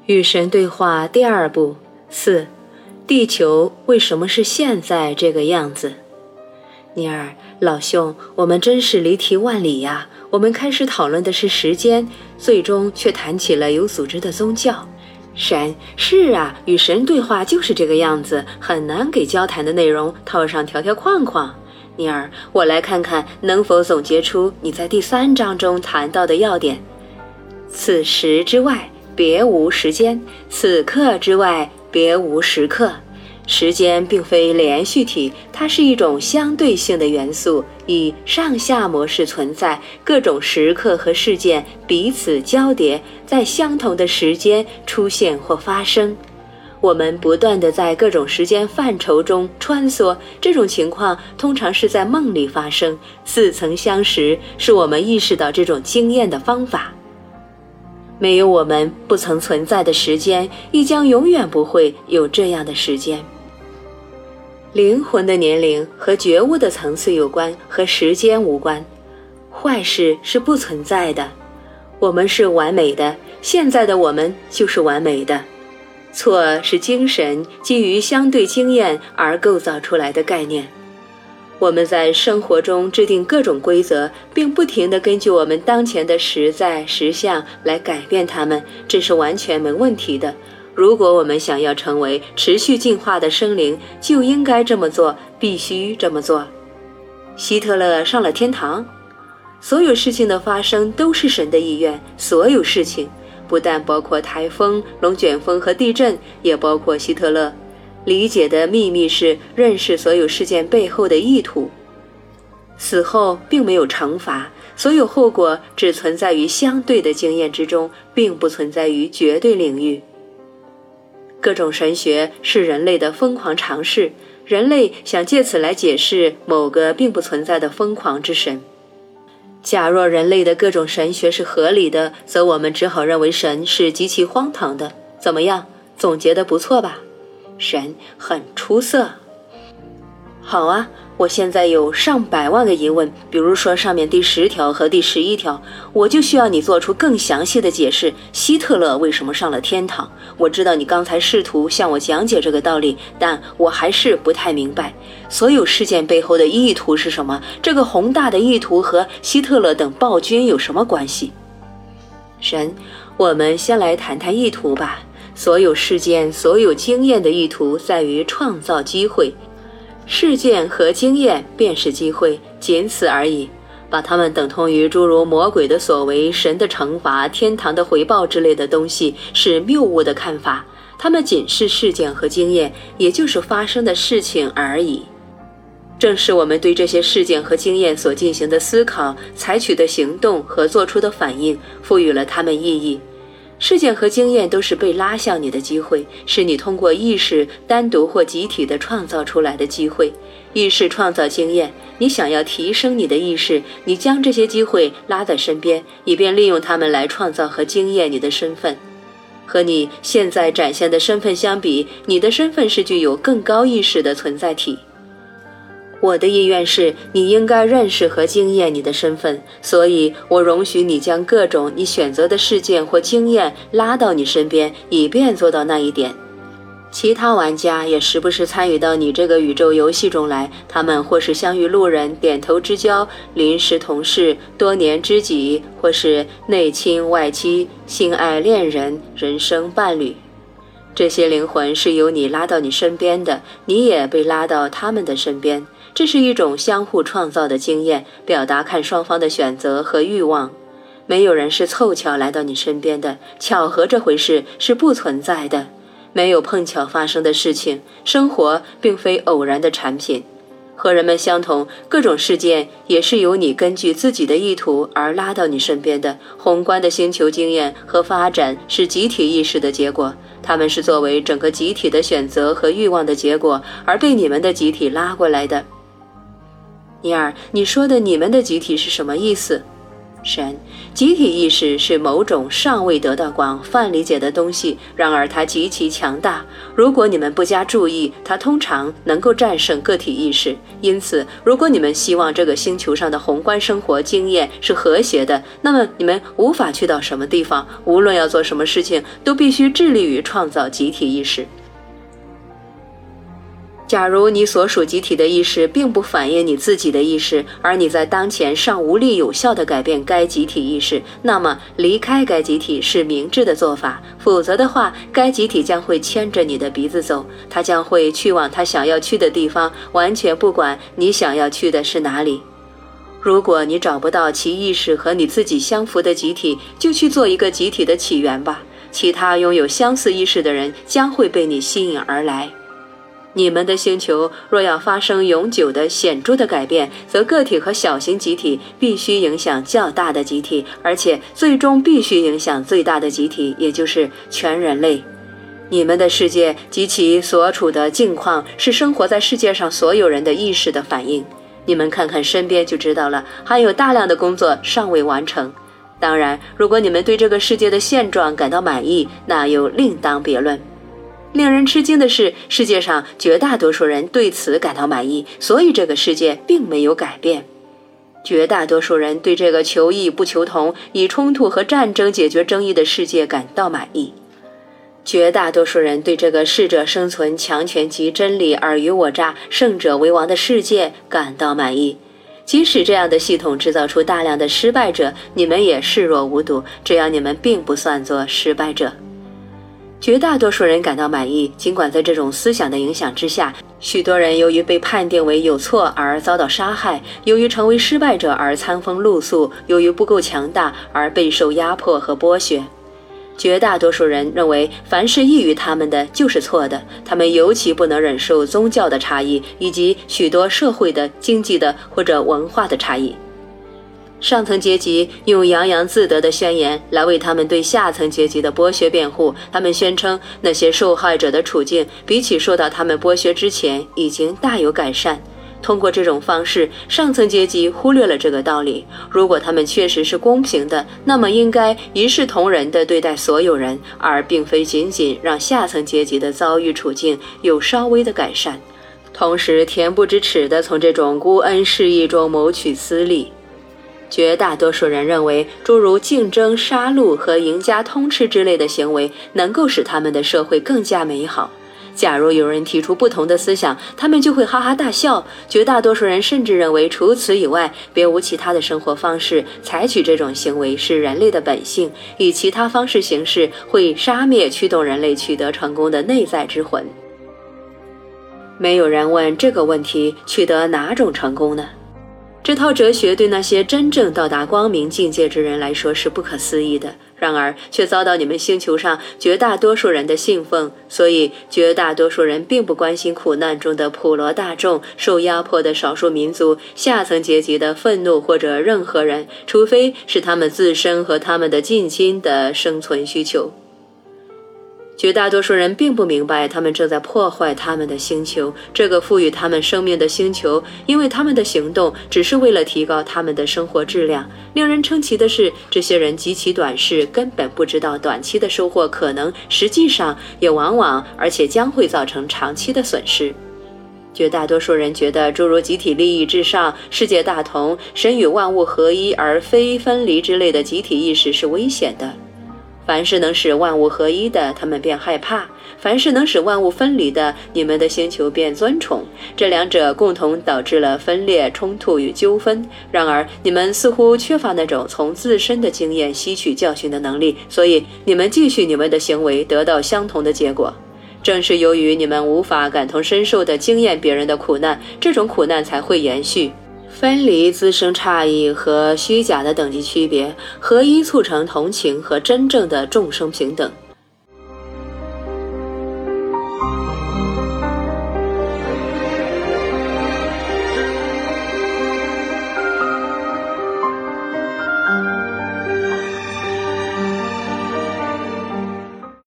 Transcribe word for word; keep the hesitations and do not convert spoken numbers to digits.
与神对话第二部四，地球为什么是现在这个样子？尼尔，老兄，我们真是离题万里呀！我们开始讨论的是时间，最终却谈起了有组织的宗教。神，是啊，与神对话就是这个样子，很难给交谈的内容套上条条框框。尼尔，我来看看能否总结出你在第三章中谈到的要点。此时之外别无时间，此刻之外别无时刻。时间并非连续体，它是一种相对性的元素，以上下模式存在，各种时刻和事件彼此交叠，在相同的时间出现或发生。我们不断地在各种时间范畴中穿梭，这种情况通常是在梦里发生，似曾相识，是我们意识到这种经验的方法。没有我们不曾存在的时间，亦将永远不会有这样的时间。灵魂的年龄和觉悟的层次有关，和时间无关。坏事是不存在的，我们是完美的，现在的我们就是完美的。错是精神基于相对经验而构造出来的概念。我们在生活中制定各种规则，并不停地根据我们当前的实在实相来改变它们，这是完全没问题的。如果我们想要成为持续进化的生灵，就应该这么做，必须这么做。希特勒上了天堂，所有事情的发生都是神的意愿，所有事情，不但包括台风、龙卷风和地震，也包括希特勒。理解的秘密是认识所有事件背后的意图。死后并没有惩罚，所有后果只存在于相对的经验之中，并不存在于绝对领域。各种神学是人类的疯狂尝试，人类想借此来解释某个并不存在的疯狂之神。假若人类的各种神学是合理的，则我们只好认为神是极其荒唐的。怎么样？总结得不错吧？神很出色。好啊，我现在有上百万个疑问，比如说上面第十条和第十一条，我就需要你做出更详细的解释。希特勒为什么上了天堂？我知道你刚才试图向我讲解这个道理，但我还是不太明白，所有事件背后的意图是什么？这个宏大的意图和希特勒等暴君有什么关系？神，我们先来谈谈意图吧。所有事件、所有经验的意图在于创造机会，事件和经验便是机会，仅此而已。把它们等同于诸如魔鬼的所为、神的惩罚、天堂的回报之类的东西，是谬误的看法。它们仅是事件和经验，也就是发生的事情而已。正是我们对这些事件和经验所进行的思考、采取的行动和做出的反应，赋予了它们意义。事件和经验都是被拉向你的机会，是你通过意识单独或集体的创造出来的机会。意识创造经验，你想要提升你的意识，你将这些机会拉在身边，以便利用它们来创造和经验你的身份。和你现在展现的身份相比，你的身份是具有更高意识的存在体。我的意愿是你应该认识和经验你的身份，所以我容许你将各种你选择的事件或经验拉到你身边，以便做到那一点。其他玩家也时不时参与到你这个宇宙游戏中来，他们或是相遇路人、点头之交、临时同事、多年知己，或是内亲外戚、性爱恋人、人生伴侣。这些灵魂是由你拉到你身边的，你也被拉到他们的身边。这是一种相互创造的经验，表达看双方的选择和欲望。没有人是凑巧来到你身边的，巧合这回事是不存在的。没有碰巧发生的事情，生活并非偶然的产品。和人们相同，各种事件也是由你根据自己的意图而拉到你身边的。宏观的星球经验和发展是集体意识的结果，它们是作为整个集体的选择和欲望的结果而被你们的集体拉过来的。尼尔，你说的你们的集体是什么意思？ 神，集体意识是某种尚未得到广泛理解的东西，然而它极其强大。如果你们不加注意，它通常能够战胜个体意识。因此，如果你们希望这个星球上的宏观生活经验是和谐的，那么你们无法去到什么地方，无论要做什么事情，都必须致力于创造集体意识。假如你所属集体的意识并不反映你自己的意识，而你在当前尚无力有效地改变该集体意识，那么离开该集体是明智的做法。否则的话，该集体将会牵着你的鼻子走，它将会去往它想要去的地方，完全不管你想要去的是哪里。如果你找不到其意识和你自己相符的集体，就去做一个集体的起源吧。其他拥有相似意识的人将会被你吸引而来。你们的星球若要发生永久的显著的改变，则个体和小型集体必须影响较大的集体，而且最终必须影响最大的集体，也就是全人类。你们的世界及其所处的境况是生活在世界上所有人的意识的反应。你们看看身边就知道了，还有大量的工作尚未完成。当然，如果你们对这个世界的现状感到满意，那又另当别论。令人吃惊的是，世界上绝大多数人对此感到满意，所以这个世界并没有改变。绝大多数人对这个求异不求同、以冲突和战争解决争议的世界感到满意。绝大多数人对这个适者生存、强权及真理尔虞我诈、胜者为王的世界感到满意。即使这样的系统制造出大量的失败者，你们也视若无睹，只要你们并不算作失败者。绝大多数人感到满意，尽管在这种思想的影响之下，许多人由于被判定为有错而遭到杀害，由于成为失败者而餐风露宿，由于不够强大而备受压迫和剥削。绝大多数人认为凡是异于他们的就是错的，他们尤其不能忍受宗教的差异，以及许多社会的、经济的或者文化的差异。上层阶级用洋洋自得的宣言来为他们对下层阶级的剥削辩护，他们宣称那些受害者的处境比起受到他们剥削之前已经大有改善。通过这种方式，上层阶级忽略了这个道理：如果他们确实是公平的，那么应该一视同仁地对待所有人，而并非仅仅让下层阶级的遭遇处境有稍微的改善，同时恬不知耻地从这种孤恩事义中谋取私利。绝大多数人认为，诸如竞争、杀戮和赢家通吃之类的行为能够使他们的社会更加美好。假如有人提出不同的思想，他们就会哈哈大笑。绝大多数人甚至认为，除此以外，别无其他的生活方式采取这种行为是人类的本性，以其他方式行事会杀灭驱动人类取得成功的内在之魂。没有人问这个问题：取得哪种成功呢？这套哲学对那些真正到达光明境界之人来说是不可思议的，然而却遭到你们星球上绝大多数人的信奉，所以绝大多数人并不关心苦难中的普罗大众、受压迫的少数民族、下层阶级的愤怒或者任何人，除非是他们自身和他们的近亲的生存需求。绝大多数人并不明白他们正在破坏他们的星球，这个赋予他们生命的星球，因为他们的行动只是为了提高他们的生活质量。令人称奇的是，这些人极其短视，根本不知道短期的收获可能，实际上也往往而且将会造成长期的损失。绝大多数人觉得诸如集体利益至上、世界大同、神与万物合一而非分离之类的集体意识是危险的。凡是能使万物合一的，他们便害怕；凡是能使万物分离的，你们的星球便尊崇。这两者共同导致了分裂、冲突与纠纷。然而，你们似乎缺乏那种从自身的经验吸取教训的能力，所以你们继续你们的行为，得到相同的结果。正是由于你们无法感同身受地经验别人的苦难，这种苦难才会延续。分离滋生差异和虚假的等级区别，合一促成同情和真正的众生平等。